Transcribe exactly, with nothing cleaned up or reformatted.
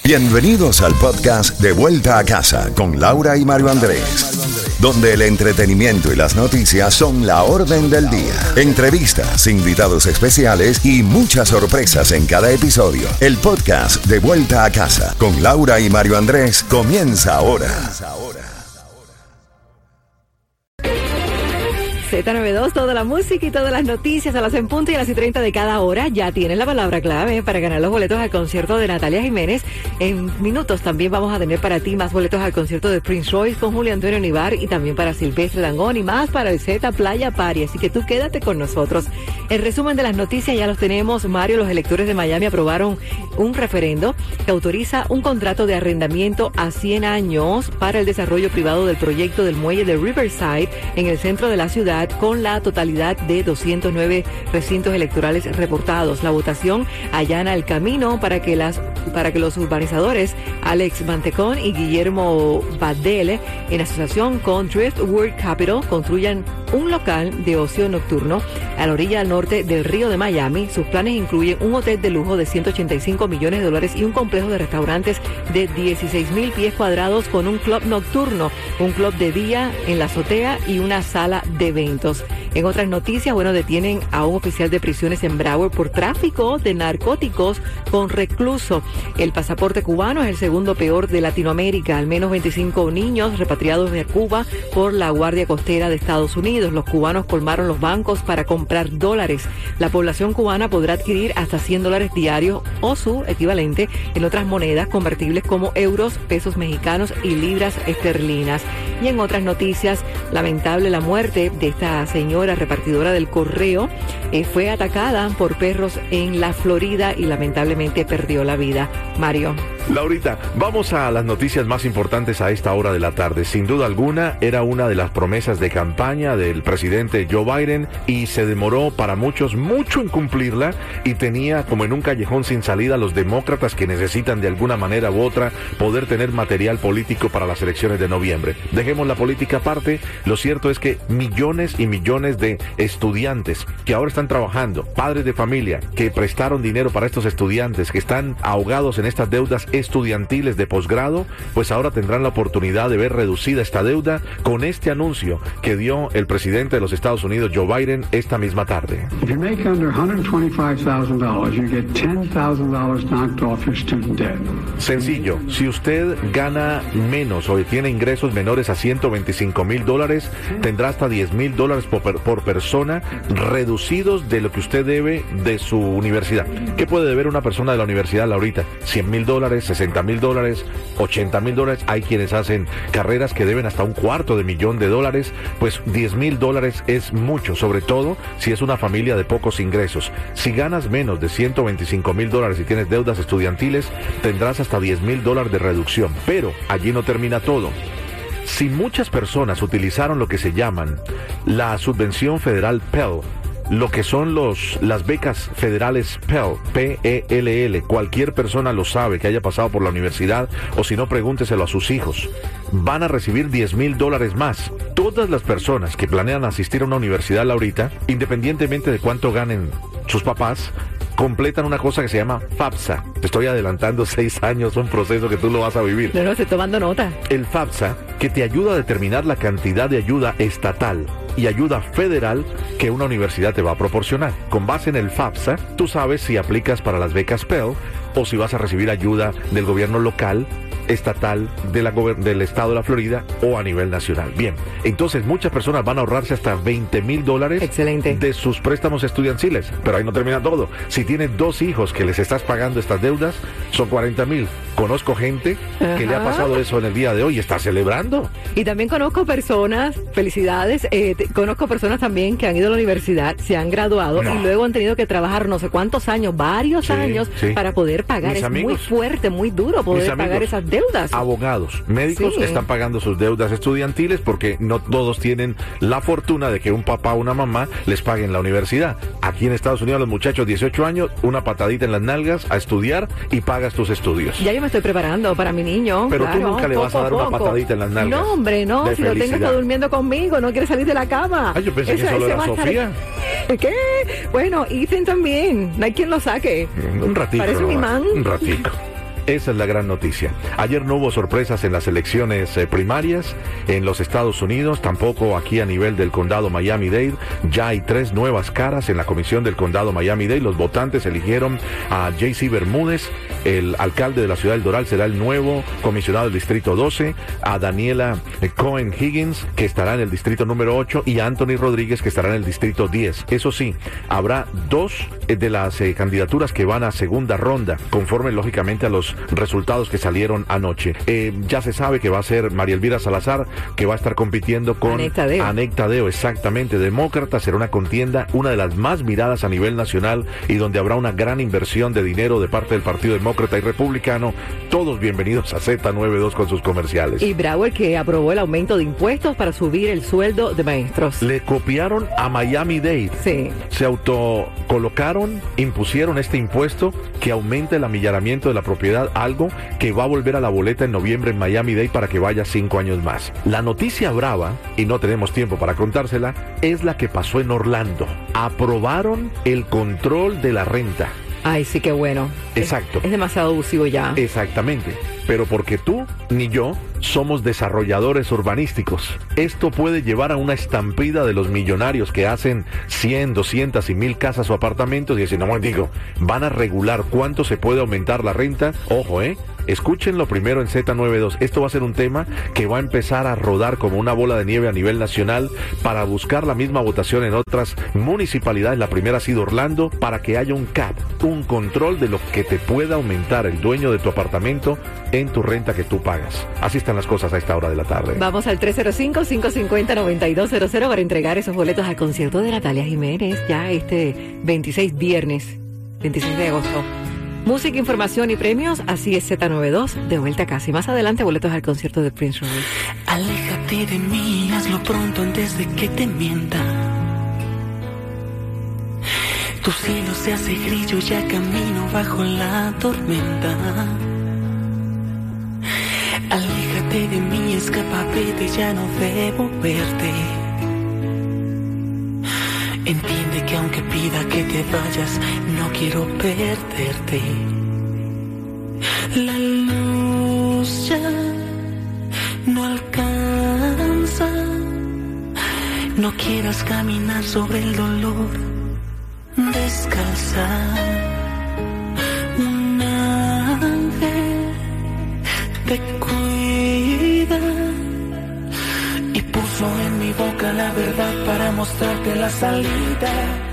Bienvenidos al podcast De Vuelta a Casa con Laura y Mario Andrés, donde el entretenimiento y las noticias son la orden del día. Entrevistas, invitados especiales y muchas sorpresas en cada episodio. El podcast De Vuelta a Casa con Laura y Mario Andrés comienza ahora. Z noventa y dos, toda la música y todas las noticias a las en punto y a las y treinta de cada hora. Ya tienes la palabra clave para ganar los boletos al concierto de Natalia Jiménez. En minutos también vamos a tener para ti más boletos al concierto de Prince Royce con Julio Antonio Nivar y también para Silvestre Dangond y más para el Z Playa Party. Así que tú quédate con nosotros. El resumen de las noticias ya los tenemos. Mario, los electores de Miami aprobaron un referendo que autoriza un contrato de arrendamiento a cien años para el desarrollo privado del proyecto del muelle de Riverside en el centro de la ciudad, con la totalidad de doscientos nueve recintos electorales reportados. La votación allana el camino para que las para que los urbanizadores Alex Mantecón y Guillermo Badele, en asociación con Driftwood Capital, construyan un local de ocio nocturno a la orilla al norte del río de Miami. Sus planes incluyen un hotel de lujo de ciento ochenta y cinco millones de dólares y un complejo de restaurantes de dieciséis mil pies cuadrados con un club nocturno, un club de día en la azotea y una sala de eventos. En otras noticias, bueno, detienen a un oficial de prisiones en Broward por tráfico de narcóticos con recluso. El pasaporte cubano es el segundo peor de Latinoamérica. Al menos veinticinco niños repatriados de Cuba por la Guardia Costera de Estados Unidos. Los cubanos colmaron los bancos para comprar dólares. La población cubana podrá adquirir hasta cien dólares diarios o su equivalente en otras monedas convertibles como euros, pesos mexicanos y libras esterlinas. Y en otras noticias, lamentable la muerte de esta señora repartidora del correo. Eh, fue atacada por perros en la Florida y lamentablemente perdió la vida. Mario. Laurita, vamos a las noticias más importantes a esta hora de la tarde. Sin duda alguna, era una de las promesas de campaña del presidente Joe Biden y se demoró para muchos mucho en cumplirla y tenía como en un callejón sin salida los demócratas que necesitan de alguna manera u otra poder tener material político para las elecciones de noviembre. Dejemos la política aparte, lo cierto es que millones y millones de estudiantes que ahora están trabajando, padres de familia que prestaron dinero para estos estudiantes que están ahogados en estas deudas estudiantiles de posgrado, pues ahora tendrán la oportunidad de ver reducida esta deuda con este anuncio que dio el presidente de los Estados Unidos, Joe Biden, esta misma tarde. If you make under one hundred twenty-five thousand dollars, you get ten thousand dollars knocked off your student debt. Sencillo, si usted gana menos o tiene ingresos menores a ciento veinticinco mil dólares, tendrá hasta diez mil dólares por, por persona reducidos de lo que usted debe de su universidad. ¿Qué puede deber una persona de la universidad, Laurita? cien mil dólares, sesenta mil dólares, ochenta mil dólares. Hay quienes hacen carreras que deben hasta un cuarto de millón de dólares. Pues diez mil dólares es mucho, sobre todo si es una familia de pocos ingresos. Si ganas menos de ciento veinticinco mil dólares y tienes deudas estudiantiles, tendrás hasta diez mil dólares de reducción. Pero allí no termina todo. Si muchas personas utilizaron lo que se llaman la subvención federal Pell, lo que son los las becas federales Pell, P E L L, cualquier persona lo sabe que haya pasado por la universidad, o si no, pregúnteselo a sus hijos, van a recibir diez mil dólares más. Todas las personas que planean asistir a una universidad, Laurita, independientemente de cuánto ganen sus papás, completan una cosa que se llama FAFSA. Te estoy adelantando seis años, un proceso que tú lo vas a vivir. No, no, estoy tomando nota. El FAFSA, que te ayuda a determinar la cantidad de ayuda estatal y ayuda federal que una universidad te va a proporcionar. Con base en el FAFSA, tú sabes si aplicas para las becas Pell o si vas a recibir ayuda del gobierno local, estatal, de la gober- del estado de la Florida o a nivel nacional. Bien, entonces muchas personas van a ahorrarse hasta veinte mil dólares Excelente. de sus préstamos estudiantiles, pero ahí no termina todo. Si tienes dos hijos que les estás pagando estas deudas, son cuarenta mil. Conozco gente Ajá. que le ha pasado eso en el día de hoy y está celebrando. Y también conozco personas, felicidades, eh, te- conozco personas también que han ido a la universidad, se han graduado No. y luego han tenido que trabajar no sé cuántos años, varios Sí, años, sí. para poder pagar. Mis es amigos. muy fuerte, muy duro Mis poder amigos, pagar esas deudas. Abogados, médicos Sí. están pagando sus deudas estudiantiles porque no todos tienen la fortuna de que un papá o una mamá les paguen la universidad. Aquí en Estados Unidos los muchachos dieciocho años, una patadita en las nalgas a estudiar y pagas tus estudios. Ya yo me estoy preparando para mi niño. Pero tú claro, nunca le vas a poco dar una poco. patadita en las nalgas. No, hombre, no. De Si lo tengo felicidad. está durmiendo conmigo, no quiere salir de la cama. Ay, yo pensé que Ese- solo ese era va a estar- Sofía. ¿Qué? Bueno, Ethan también. No hay quien lo saque. Un ratito. Parece un nomás, imán. Un ratico. Esa es la gran noticia. Ayer no hubo sorpresas en las elecciones eh, primarias en los Estados Unidos, tampoco aquí a nivel del condado Miami-Dade. Ya hay tres nuevas caras en la comisión del condado Miami-Dade. Los votantes eligieron a J C Bermúdez, el alcalde de la ciudad del Doral, será el nuevo comisionado del distrito doce, a Daniela Cohen Higgins, que estará en el distrito número ocho, y a Anthony Rodríguez, que estará en el distrito diez. Eso sí, habrá dos de las eh, candidaturas que van a segunda ronda, conforme lógicamente a los resultados que salieron anoche. Eh, ya se sabe que va a ser María Elvira Salazar, que va a estar compitiendo con Anek Tadeo. Anek Tadeo, exactamente, demócrata. Será una contienda, una de las más miradas a nivel nacional, y donde habrá una gran inversión de dinero de parte del Partido Demócrata y Republicano. Todos bienvenidos a Z noventa y dos con sus comerciales. Y Broward, que aprobó el aumento de impuestos para subir el sueldo de maestros. Le copiaron a Miami-Dade. Sí. Se autocolocaron, impusieron este impuesto que aumenta el amillaramiento de la propiedad, algo que va a volver a la boleta en noviembre en Miami-Dade para que vaya cinco años más. La noticia brava, y no tenemos tiempo para contársela, es la que pasó en Orlando. Aprobaron el control de la renta. Ay, sí, qué bueno. Exacto. Es, es demasiado abusivo ya. Exactamente. Pero porque tú ni yo somos desarrolladores urbanísticos. Esto puede llevar a una estampida de los millonarios que hacen cien, doscientas y mil casas o apartamentos y dicen, no, digo, van a regular cuánto se puede aumentar la renta. Ojo, ¿eh? Escúchenlo primero en Z noventa y dos. Esto va a ser un tema que va a empezar a rodar como una bola de nieve a nivel nacional para buscar la misma votación en otras municipalidades. La primera ha sido Orlando, para que haya un cap, un control de lo que te pueda aumentar el dueño de tu apartamento en tu renta que tú pagas. Así están las cosas a esta hora de la tarde. Vamos al tres cero cinco, cinco cinco cero, nueve dos cero cero para entregar esos boletos al concierto de Natalia Jiménez, ya este veintiséis viernes, veintiséis de agosto. Música, información y premios, así es Z noventa y dos, de vuelta a casa. Y más adelante, boletos al concierto de Prince Royce. Aléjate de mí, hazlo pronto antes de que te mienta. Tu cielo se hace grillo, ya camino bajo la tormenta. Aléjate de mí, escapa, vete, ya no debo verte. Entiende que aunque pida que te vayas, no quiero perderte. La luz ya no alcanza. No quieras caminar sobre el dolor descalza. Un ángel te cuida y puso en mi boca la verdad para mostrarte la salida.